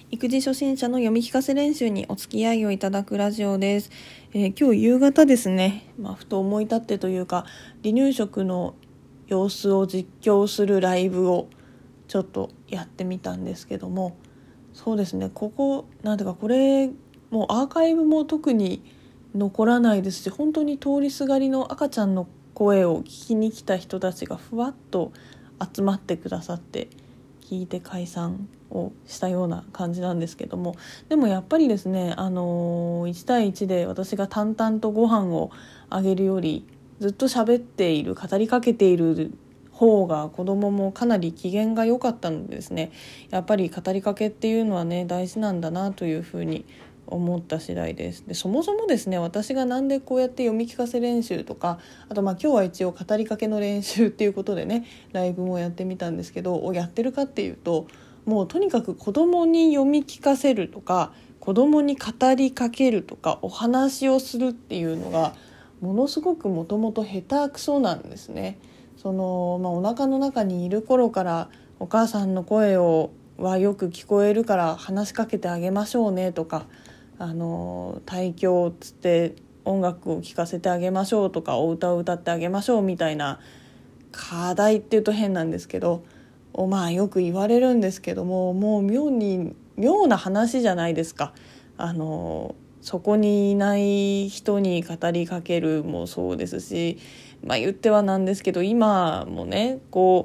育児初心者の読み聞かせ練習にお付き合いをいただくラジオです。今日夕方ですね、ふと思い立ってというか、離乳食の様子を実況するライブをちょっとやってみたんですけども、そうですね、これもうアーカイブも特に残らないですし、本当に通りすがりの赤ちゃんの声を聞きに来た人たちがふわっと集まってくださって、聞いて解散をしたような感じなんですけども、でもやっぱりですね、1対1で私が淡々とご飯をあげるより、ずっと喋っている、語りかけている方が子供もかなり機嫌が良かったのでですね、やっぱり語りかけっていうのはね、大事なんだなというふうに思った次第です。で、そもそもですね、私がなんでこうやって読み聞かせ練習とか、あと今日は一応語りかけの練習っていうことでね、ライブもやってみたんですけど、やってるかっていうと、もうとにかく子供に読み聞かせるとか、子供に語りかけるとか、お話をするっていうのがものすごくもともと下手くそなんですね。お腹の中にいる頃からお母さんの声はよく聞こえるから話しかけてあげましょうねとか、胎教つって音楽を聴かせてあげましょうとか、お歌を歌ってあげましょうみたいな課題っていうと変なんですけど、よく言われるんですけども、もう妙な話じゃないですか。そこにいない人に語りかけるもそうですし、言ってはなんですけど、今もね、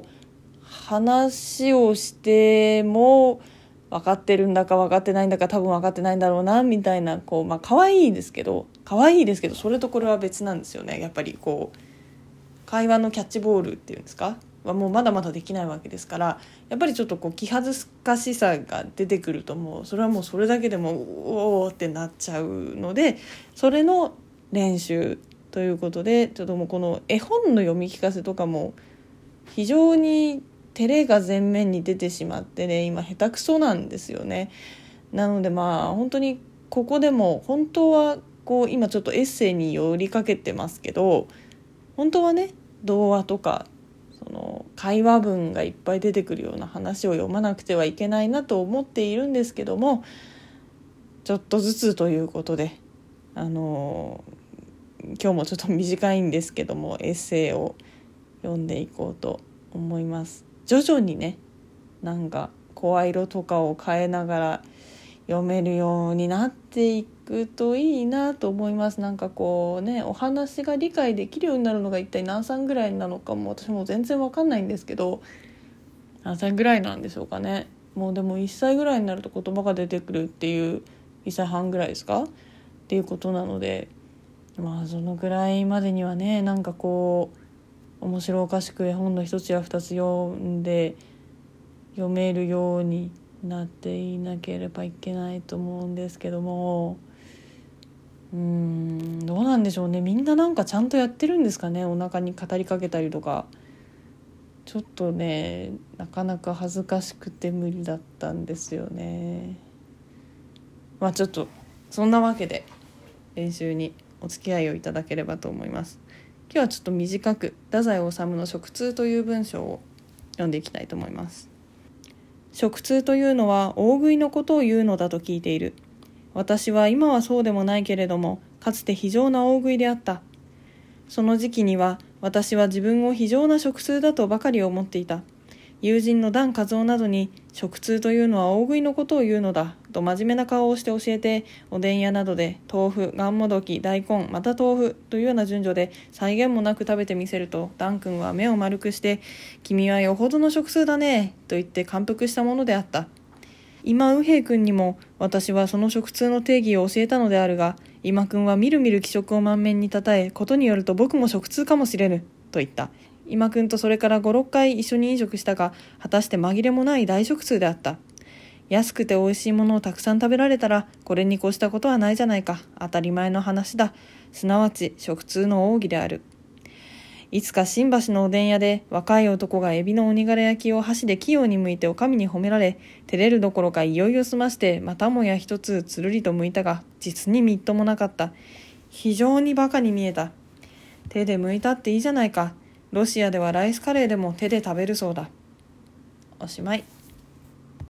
話をしても分かってるんだか分かってないんだか、多分分かってないんだろうなみたいな、可愛いですけどそれとこれは別なんですよね。やっぱり会話のキャッチボールっていうんですかはもうまだまだできないわけですから、やっぱりちょっと気恥ずかしさが出てくると、もうそれはもうそれだけでもおーってなっちゃうので、それの練習ということで、ちょっともうこの絵本の読み聞かせとかも非常に照れが前面に出てしまってね、今下手くそなんですよね。なので本当にここでも本当は今ちょっとエッセイに寄りかけてますけど、本当はね、童話とか会話文がいっぱい出てくるような話を読まなくてはいけないなと思っているんですけども、ちょっとずつということで、今日もちょっと短いんですけども、エッセイを読んでいこうと思います。徐々にね、声色とかを変えながら読めるようになっていくといいなと思います。お話が理解できるようになるのが一体何歳ぐらいなのかも私も全然わかんないんですけど、何歳ぐらいなんでしょうかね。もうでも1歳ぐらいになると言葉が出てくるっていう、1歳半ぐらいですかっていうことなので、そのぐらいまでにはね、面白おかしく絵本の一つや二つ読んで読めるようになっていなければいけないと思うんですけども、どうなんでしょうね。みんなちゃんとやってるんですかね。お腹に語りかけたりとか、ちょっとね、なかなか恥ずかしくて無理だったんですよね。ちょっとそんなわけで練習にお付き合いをいただければと思います。今日はちょっと短く太宰治の食通という文章を読んでいきたいと思います。食通というのは大食いのことを言うのだと聞いている。私は今はそうでもないけれども、かつて非常な大食いであった。その時期には私は自分を非常な食通だとばかり思っていた。友人の段和夫などに、食通というのは大食いのことを言うのだと真面目な顔をして教えて、おでん屋などで豆腐、がんもどき、大根、また豆腐というような順序で際限もなく食べてみせると、ダン君は目を丸くして、君はよほどの食通だねと言って感服したものであった。今右平君にも私はその食通の定義を教えたのであるが、今君はみるみる気色を満面にたたえ、ことによると僕も食通かもしれぬと言った。今君とそれから5、6回一緒に飲食したが、果たして紛れもない大食通であった。安くて美味しいものをたくさん食べられたら、これに越したことはないじゃないか。当たり前の話だ。すなわち食通の奥義である。いつか新橋のおでん屋で若い男がエビの鬼柄焼きを箸で器用に剥いてお上に褒められ、照れるどころかいよいよ済ましてまたもや一つつるりと剥いたが、実にみっともなかった。非常にバカに見えた。手で剥いたっていいじゃないか。ロシアではライスカレーでも手で食べるそうだ。おしまい。